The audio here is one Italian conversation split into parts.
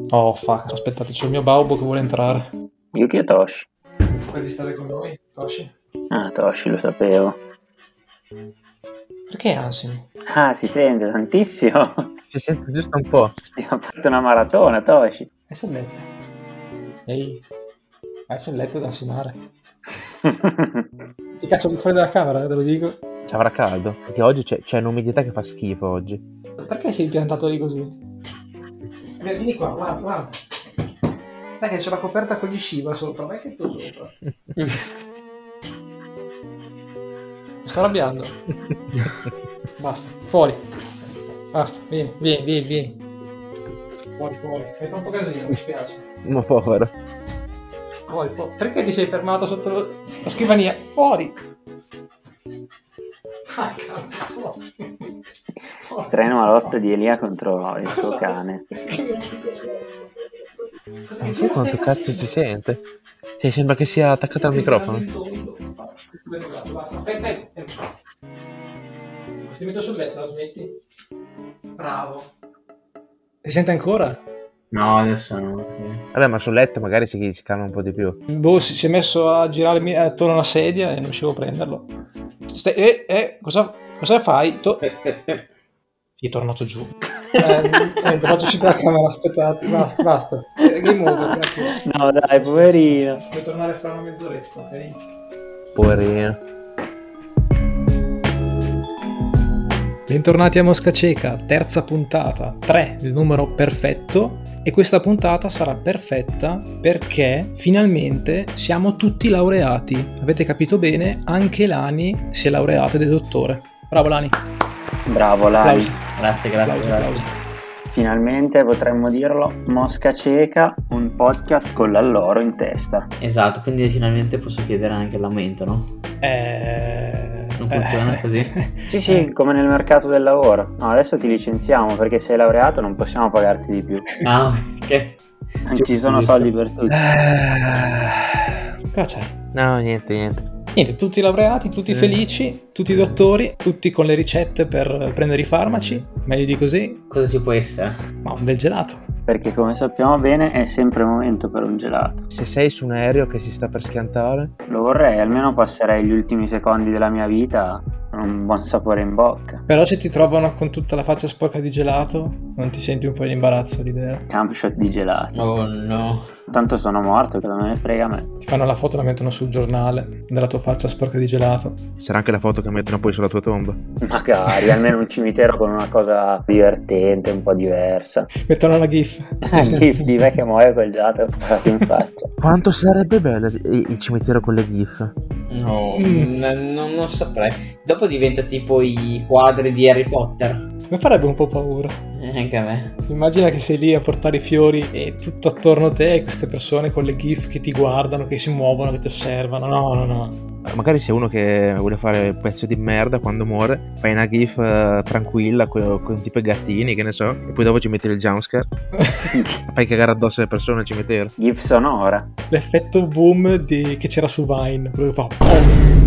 Oh, fuck, aspettate, c'è il mio Baubo che vuole entrare. Yuki o Toshi? Vuoi stare con noi, Toshi? Ah, Toshi, lo sapevo. Perché ansimi? Ah, si sente tantissimo. Si sente giusto un po'. Abbiamo fatto una maratona, Toshi. Adesso il letto. Ehi, adesso il letto da ansimare. Ti caccio fuori dalla camera, te lo dico. Ci avrà caldo? Perché oggi c'è un'umidità che fa schifo oggi. Perché sei piantato lì così? Vieni qua, guarda. Dai che c'è la coperta con gli Shiba sopra, vai che tu sopra. Mi sto arrabbiando. Basta, fuori. Basta, vieni. Fuori. Fai troppo casino, mi spiace. Ma povero. Fuori. Perché ti sei fermato sotto la scrivania? Fuori. Ah, cazzo, fuori. Strana lotta di Elia contro il suo cane. Non so quanto cazzo si sente. Cioè, sembra che sia attaccato al microfono. Basta, ti metto sul letto, la smetti? Bravo. Si sente ancora? No, adesso no. Vabbè, ma sul letto magari si calma un po' di più. Boh, si è messo a girare attorno alla sedia e non riuscivo a prenderlo. Cosa fai? Gli è tornato giù. Faccio uscire la camera, aspettate, basta. Game over. No dai, poverino. Puoi tornare fra una mezz'oretta, ok? Poverino. Bentornati a Mosca Cieca, terza puntata, 3, il numero perfetto, e questa puntata sarà perfetta perché finalmente siamo tutti laureati. Avete capito bene? Anche Lani si è laureato ed è dottore. Bravo Lani. Bravo Lani. Grazie. Applausi. Finalmente potremmo dirlo, Mosca Cieca, un podcast con l'alloro in testa. Esatto, quindi finalmente posso chiedere anche l'aumento, no? Non funziona così? Sì, come nel mercato del lavoro. No, adesso ti licenziamo perché sei laureato, non possiamo pagarti di più. Ah, ok. Non ci sono soldi per tutti. Cosa c'è? No, niente. Niente, tutti laureati, tutti felici, tutti dottori, tutti con le ricette per prendere i farmaci, meglio di così. Cosa ci può essere? Ma un bel gelato. Perché come sappiamo bene è sempre momento per un gelato. Se sei su un aereo che si sta per schiantare, Lo vorrei, almeno passerei gli ultimi secondi della mia vita con un buon sapore in bocca. Però se ti trovano con tutta la faccia sporca di gelato, non ti senti un po' di imbarazzo l'idea? Camp shot di gelato. Oh no. Tanto sono morto, che non me ne frega a me. Ti fanno la foto e la mettono sul giornale della tua faccia sporca di gelato. sarà anche la foto che mettono poi sulla tua tomba. Magari, almeno un cimitero con una cosa divertente, un po' diversa. Mettono la gif. GIF di me che muoio col gelato guardato in faccia. Quanto sarebbe bello il cimitero con le gif. No, non saprei. Dopo diventa tipo i quadri di Harry Potter. Mi farebbe un po' paura. Anche a me. Immagina che sei lì a portare i fiori e tutto attorno a te e queste persone con le gif che ti guardano, che si muovono, che ti osservano. No. Magari sei uno che vuole fare un pezzo di merda quando muore, fai una gif tranquilla con tipo i gattini, che ne so, e poi dopo ci metti il jumpscare. Fai cagare addosso alle persone al cimitero. GIF sonora. L'effetto boom che c'era su Vine, quello che fa boom.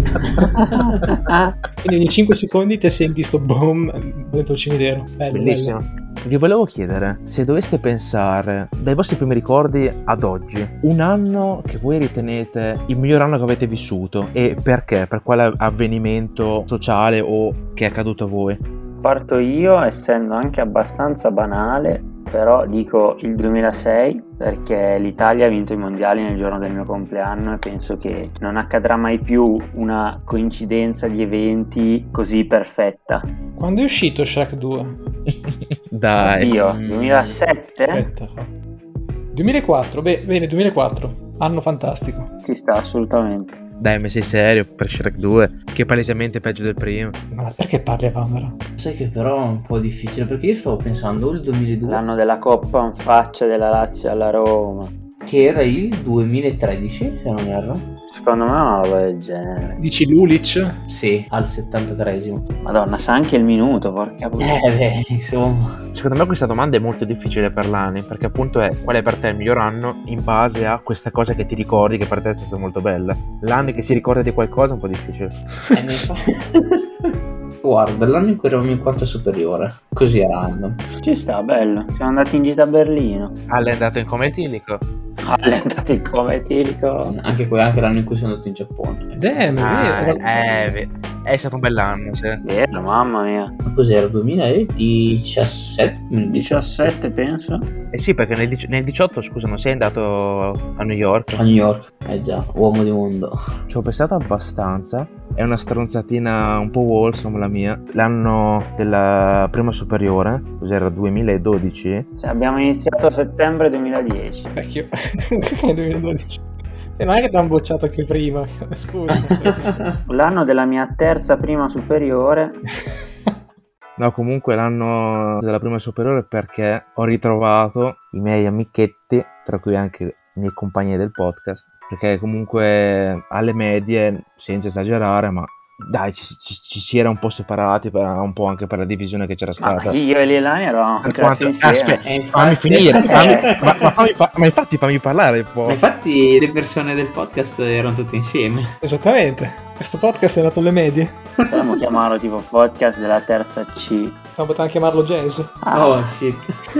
Quindi ogni 5 secondi ti senti sto boom dentro il cimitero. Bellissimo. Vi volevo chiedere, se doveste pensare dai vostri primi ricordi ad oggi, un anno che voi ritenete il miglior anno che avete vissuto, e perché? Per quale avvenimento sociale o che è accaduto a voi? Parto io, essendo anche abbastanza banale, però dico il 2006 perché l'Italia ha vinto i mondiali nel giorno del mio compleanno e penso che non accadrà mai più una coincidenza di eventi così perfetta. Quando è uscito Shrek 2? Dai. Io, 2007? Aspetta. 2004, bene, 2004. Anno fantastico. Ci sta assolutamente. Dai, ma sei serio per Shrek 2? Che è palesemente peggio del primo. Ma perché parli a Vanvera? Sai che però è un po' difficile, perché io stavo pensando il 2002, L'anno della Coppa in faccia della Lazio alla Roma. che era il 2013, se non erro. Secondo me è una roba del genere. Dici Lulic? Sì, al 73esimo. Madonna, sa anche il minuto, porca puttana. Insomma. Secondo me questa domanda è molto difficile per Lani, perché appunto è qual è per te il miglior anno in base a questa cosa che ti ricordi che per te è stata molto bella. L'anno che si ricorda di qualcosa è un po' difficile. guarda, l'anno in cui eravamo in quarta superiore, così a random. Ci sta, bello. Siamo andati in gita a Berlino. L'hai andato in come etilico? È andato in come etilico. Anche l'anno in cui sono andato in Giappone. Damn, è vero. È stato un bell'anno, sì. Vero, mamma mia. Ma cos'era? 2017? 17 penso. Eh sì, perché nel 18, scusa, non sei andato a New York? A New York. Già, uomo di mondo. Ci ho pensato abbastanza. È una stronzatina un po' wholesome la mia. L'anno della prima superiore, cos'era, 2012? Cioè, abbiamo iniziato a settembre 2010. Vecchio. Nel 2012. E non è che ti hanno bocciato anche prima. Scusa. L'anno della mia terza prima superiore. No, comunque l'anno della prima superiore perché ho ritrovato i miei amichetti, tra cui anche i miei compagni del podcast, perché comunque alle medie, senza esagerare, ma dai, ci si era un po' separati, un po' anche per la divisione che c'era stata. Io e Lilani eravamo in classe insieme. Aspetta, fammi finire, ma infatti fammi parlare un po'. Ma infatti le persone del podcast erano tutte insieme. Esattamente. Questo podcast è nato alle medie. Potremmo chiamarlo tipo podcast della terza C. Potremmo chiamarlo jazz. Oh shit.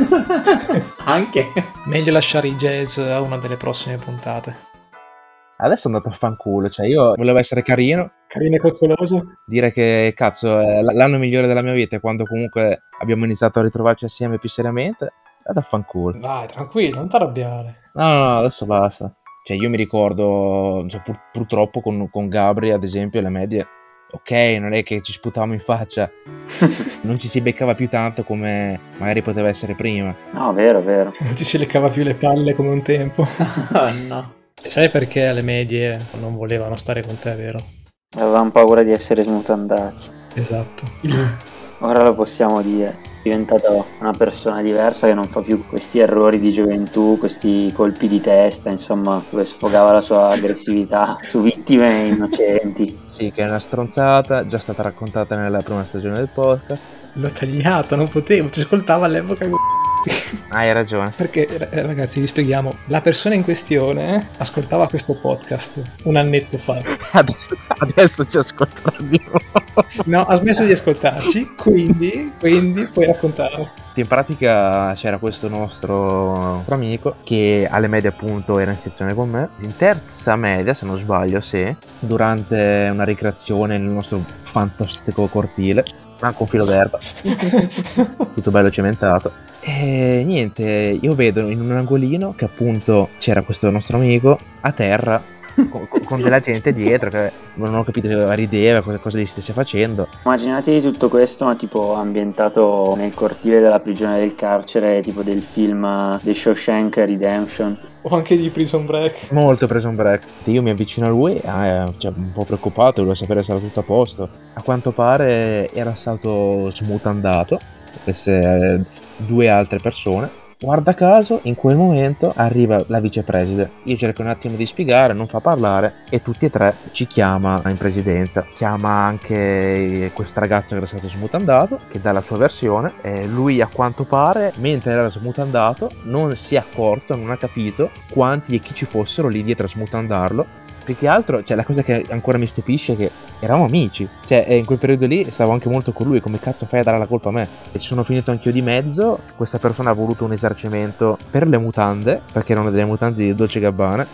Anche. Meglio lasciare i jazz a una delle prossime puntate. Adesso è andato a fanculo, cioè io volevo essere carino e coccoloso, dire che cazzo è l'anno migliore della mia vita, e quando comunque abbiamo iniziato a ritrovarci assieme più seriamente, è andato a fanculo. Dai, tranquillo, non ti arrabbiare. No, adesso basta. Cioè io mi ricordo, cioè, purtroppo con Gabri ad esempio alle medie, ok, non è che ci sputavamo in faccia, non ci si beccava più tanto come magari poteva essere prima. No, vero. Non ci si leccava più le palle come un tempo. Oh, no. Sai perché alle medie non volevano stare con te, vero? Avevamo paura di essere smutandati. Esatto. Ora lo possiamo dire. È diventato una persona diversa che non fa più questi errori di gioventù, questi colpi di testa, insomma, dove sfogava la sua aggressività su vittime innocenti. Sì, che è una stronzata, già stata raccontata nella prima stagione del podcast. L'ho tagliato, non potevo, ti ascoltava all'epoca. Hai ragione. Perché ragazzi, vi spieghiamo, la persona in questione ascoltava questo podcast un annetto fa. Adesso ci ascolterà di nuovo. No, ha smesso di ascoltarci, quindi puoi raccontarlo. In pratica c'era questo nostro amico che alle medie appunto era in sezione con me, in terza media se non sbaglio, sì, durante una ricreazione nel nostro fantastico cortile, anche un filo d'erba, tutto bello cementato. E niente, io vedo in un angolino che appunto c'era questo nostro amico a terra con della gente dietro che non ho capito se rideva, cosa gli stesse facendo. Immaginatevi tutto questo, ma tipo ambientato nel cortile della prigione del carcere, tipo del film The Shawshank Redemption. O anche di Prison Break. Molto Prison Break. Io mi avvicino a lui, cioè, un po' preoccupato, volevo sapere se era tutto a posto. A quanto pare era stato smutandato, queste due altre persone. Guarda caso, in quel momento arriva la vicepresidente. Io cerco un attimo di spiegare, non fa parlare e tutti e tre ci chiama in presidenza. Chiama anche questo ragazzo che era stato smutandato, che dà la sua versione. E lui, a quanto pare, mentre era smutandato, non si è accorto, non ha capito quanti e chi ci fossero lì dietro a smutandarlo. Più che altro, cioè, la cosa che ancora mi stupisce è che eravamo amici. Cioè, in quel periodo lì stavo anche molto con lui. Come cazzo fai a dare la colpa a me? E ci sono finito anch'io di mezzo. Questa persona ha voluto un risarcimento per le mutande, perché erano delle mutande di Dolce Gabbana.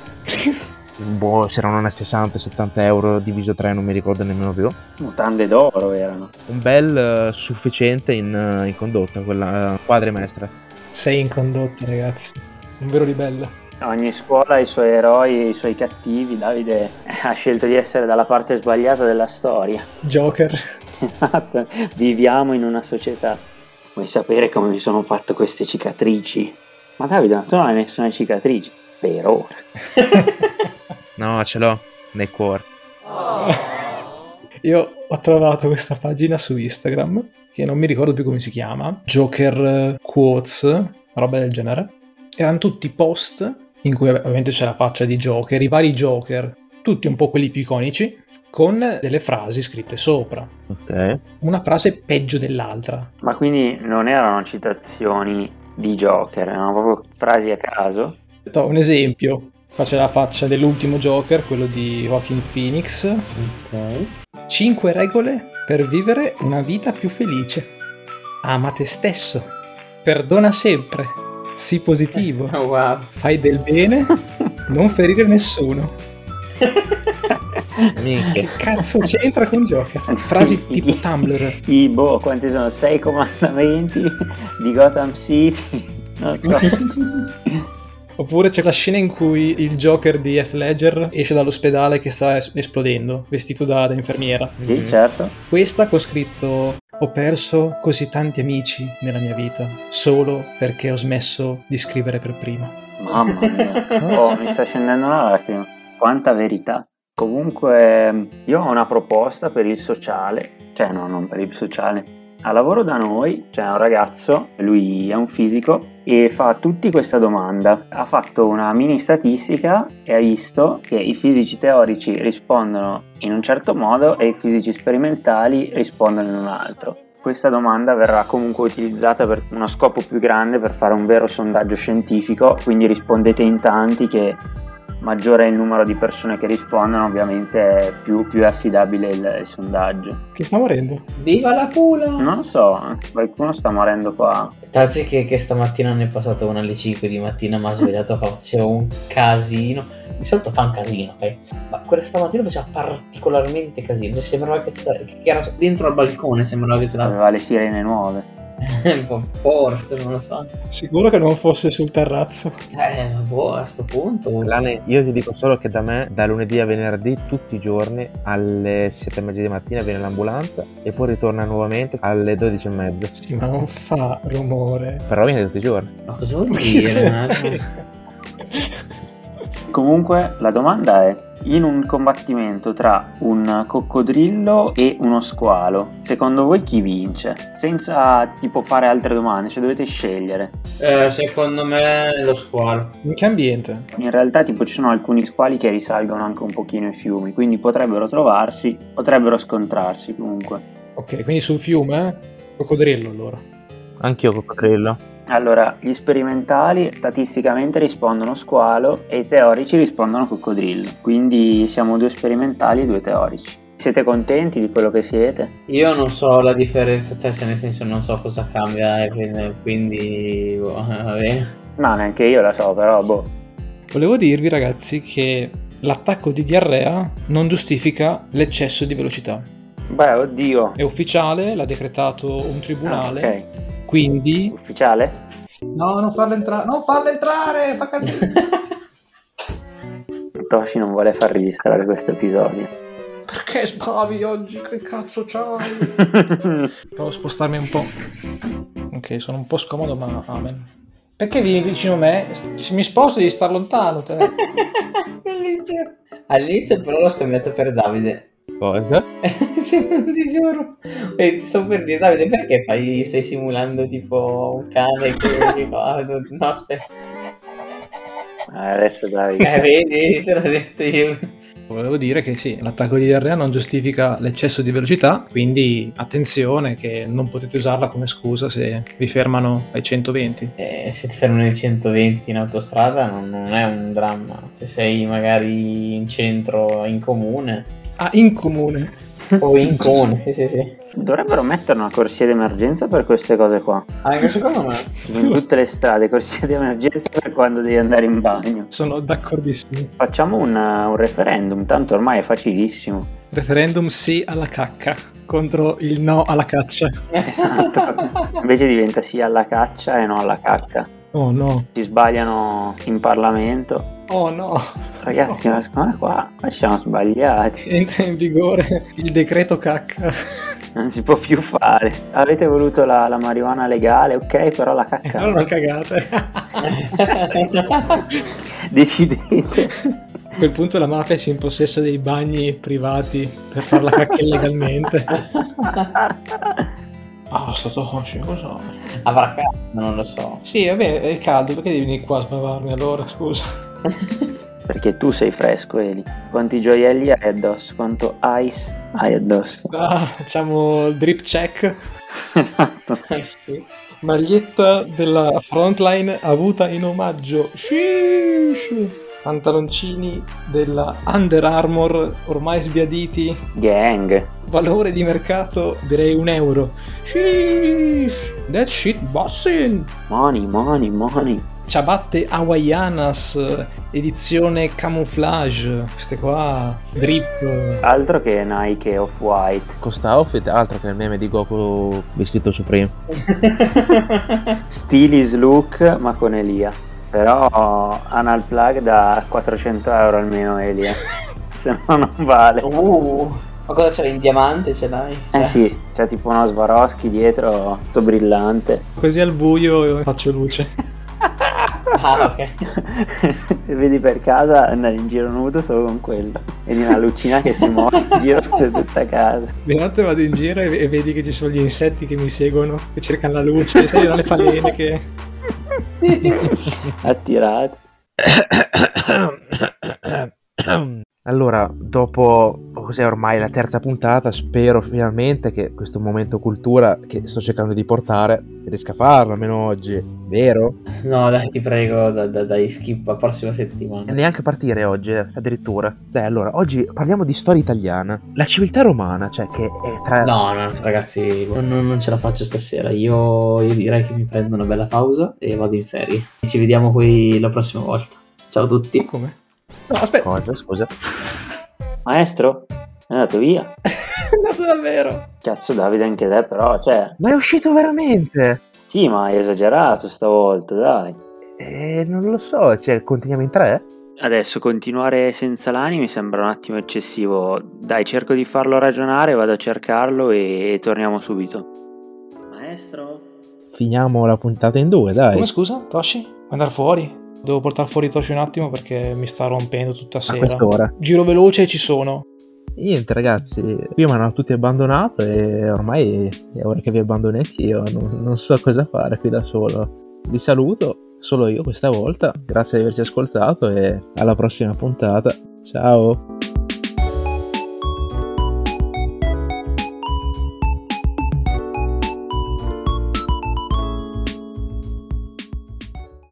Boh, c'erano una 60-70 euro diviso 3, non mi ricordo nemmeno più. Mutande d'oro erano. Un bel sufficiente in condotta, quella quadrimestra. Sei in condotta, ragazzi. Un vero ribelle. Ogni scuola ha i suoi eroi e i suoi cattivi. Davide ha scelto di essere dalla parte sbagliata della storia. Joker. Esatto. Viviamo in una società. Vuoi sapere come mi sono fatto queste cicatrici? Ma Davide, tu non hai nessuna cicatrice. Per ora. No, ce l'ho nel cuore. Io ho trovato questa pagina su Instagram, che non mi ricordo più come si chiama, Joker Quotes, roba del genere. Erano tutti post in cui ovviamente c'è la faccia di Joker, i vari Joker, tutti un po' quelli più iconici, con delle frasi scritte sopra. Ok. Una frase peggio dell'altra. Ma quindi non erano citazioni di Joker, erano proprio frasi a caso? Un esempio, qua c'è la faccia dell'ultimo Joker, quello di Joaquin Phoenix. Ok. 5 regole per vivere una vita più felice. Ama te stesso, perdona sempre, sii positivo, Oh, wow. fai del bene, non ferire nessuno. Che cazzo c'entra con Joker? Frasi tipo Tumblr. Quanti sono? 6 comandamenti di Gotham City? Non so. Oppure c'è la scena in cui il Joker di Heath Ledger esce dall'ospedale che sta esplodendo, vestito da infermiera. Sì, certo. Questa con scritto: ho perso così tanti amici nella mia vita solo perché ho smesso di scrivere per prima. Mamma mia. Mi sta scendendo una lacrima. Quanta verità. Comunque io ho una proposta per il sociale, cioè no, non per il sociale. A lavoro da noi c'è un ragazzo, lui è un fisico e fa a tutti questa domanda. Ha fatto una mini statistica e ha visto che i fisici teorici rispondono in un certo modo e i fisici sperimentali rispondono in un altro. Questa domanda verrà comunque utilizzata per uno scopo più grande, per fare un vero sondaggio scientifico, quindi rispondete in tanti, che maggiore è il numero di persone che rispondono, ovviamente più è affidabile il sondaggio. Chi sta morendo? Viva la Pula! Non lo so, qualcuno sta morendo qua. Tazzi che stamattina ne è passato una alle 5 di mattina, mi ha svegliato, faceva un casino. Di solito fa un casino, ok? Ma quella stamattina faceva particolarmente casino, cioè sembrava che era dentro al balcone, sembrava che ce l'aveva. Aveva le sirene nuove. Forse, non lo so. Sicuro che non fosse sul terrazzo. Ma boh, a sto punto. Lane, io ti dico solo che da me, da lunedì a venerdì, tutti i giorni, alle 7:30 di mattina viene l'ambulanza e poi ritorna nuovamente alle 12:30. Sì, ma non fa rumore. Però viene tutti i giorni. Ma cosa vuol dire? Comunque la domanda è: in un combattimento tra un coccodrillo e uno squalo, secondo voi chi vince? Senza tipo fare altre domande, cioè dovete scegliere. Secondo me lo squalo. In che ambiente? In realtà tipo ci sono alcuni squali che risalgono anche un pochino i fiumi, quindi potrebbero trovarsi, potrebbero scontrarsi comunque. Ok, quindi sul fiume, coccodrillo allora. Anch'io coccodrillo. Allora, gli sperimentali statisticamente rispondono squalo e i teorici rispondono coccodrillo. Quindi siamo 2 sperimentali e 2 teorici. Siete contenti di quello che siete? Io non so la differenza, cioè nel senso non so cosa cambia, quindi va bene. No, neanche io la so, però boh. Volevo dirvi ragazzi che l'attacco di diarrea non giustifica l'eccesso di velocità. Beh, oddio. È ufficiale, l'ha decretato un tribunale. Ok. Quindi Ufficiale? no, non farlo entrare, fa casino. Toshi non vuole far registrare questo episodio. Perché sbavi oggi? Che cazzo c'hai? Provo a spostarmi un po'. Ok, sono un po' scomodo, ma amen. Perché vieni vicino a me? Se mi sposto devi star lontano te. All'inizio però l'ho scambiato per Davide. Cosa? Sì, ti giuro. E ti sto per dire, Davide, perché stai simulando tipo un cane che no, aspetta. Adesso dai. Vedi, te l'ho detto io. Volevo dire che sì, l'attacco di diarrea non giustifica l'eccesso di velocità, quindi attenzione che non potete usarla come scusa se vi fermano ai 120. Se ti fermano ai 120 in autostrada non è un dramma. Se sei magari in centro, in comune. Ah, in comune. O in comune, sì. Dovrebbero mettere una corsia d'emergenza per queste cose qua. Anche secondo me. In tutte le strade, corsia d'emergenza per quando devi andare in bagno. Sono d'accordissimo. Facciamo un referendum, tanto ormai è facilissimo. Referendum sì alla cacca contro il no alla caccia. Esatto. Invece diventa sì alla caccia e no alla cacca. Oh no. Si sbagliano in Parlamento. Oh no. Ragazzi, ma secondo me qua siamo sbagliati. Entra in vigore il decreto cacca. Non si può più fare. Avete voluto la marijuana legale, ok, però la cacca. Allora non cagate. Decidete. A quel punto la mafia si impossessa dei bagni privati per far la cacca illegalmente. Ah, sto Toshi, cosa? Avrà caldo, non lo so. Sì, vabbè, è caldo, perché devi venire qua a sbavarmi allora, scusa? Perché tu sei fresco, Eli. Quanti gioielli hai addosso? Quanto ice hai addosso? Ah, facciamo il drip check. Esatto. Sì. Maglietta della Frontline avuta in omaggio. Pantaloncini della Under Armour, ormai sbiaditi. Gang. Valore di mercato direi €1. Sheesh, that shit bussin'. Money. Ciabatte hawaianas, edizione camouflage. Queste qua, drip. Altro che Nike Off-White. Costa outfit, altro che il meme di Goku vestito Supreme. Stylish look, ma con Elia. Però anal plug da €400 almeno Elia. Se no non vale. Ma cosa c'è in diamante? Ce l'hai? Sì, c'è tipo uno Swarovski dietro, tutto brillante. Così al buio faccio luce. Ah, ok. E vedi per casa andare in giro nudo solo con quello. Vedi una lucina che si muove in giro per tutta casa. Di notte vado in giro e vedi che ci sono gli insetti che mi seguono, che cercano la luce, sai, le falene che... Attirate. Allora, dopo cos'è ormai la terza puntata, spero finalmente che questo momento cultura che sto cercando di portare riesca a farlo almeno oggi, vero? No, dai, ti prego, dai, skip la prossima E settimana. neanche partire oggi, addirittura. Dai, allora, oggi parliamo di storia italiana. La civiltà romana, cioè che è tra... No, ragazzi, non ce la faccio stasera. Io direi che mi prendo una bella pausa e vado in ferie. Ci vediamo poi la prossima volta. Ciao a tutti. Come? No, aspetta, Cosa, scusa? Maestro? È andato via. è andato davvero. Cazzo Davide anche te però, cioè... Ma è uscito veramente? Sì, ma hai esagerato stavolta, dai. Non lo so, cioè, continuiamo in 3? Adesso continuare senza Lani mi sembra un attimo eccessivo. Dai, cerco di farlo ragionare, vado a cercarlo e torniamo subito. Maestro? Finiamo la puntata in 2, dai. Come scusa, Toshi? Vuoi andare fuori? Devo portare fuori Toshi un attimo perché mi sta rompendo tutta A sera. quest'ora. Giro veloce e ci sono. Niente ragazzi, prima mi hanno tutti abbandonato e ormai è ora che vi abbandono anch'io, non so cosa fare qui da solo. Vi saluto, solo io questa volta, grazie di averci ascoltato e alla prossima puntata. Ciao!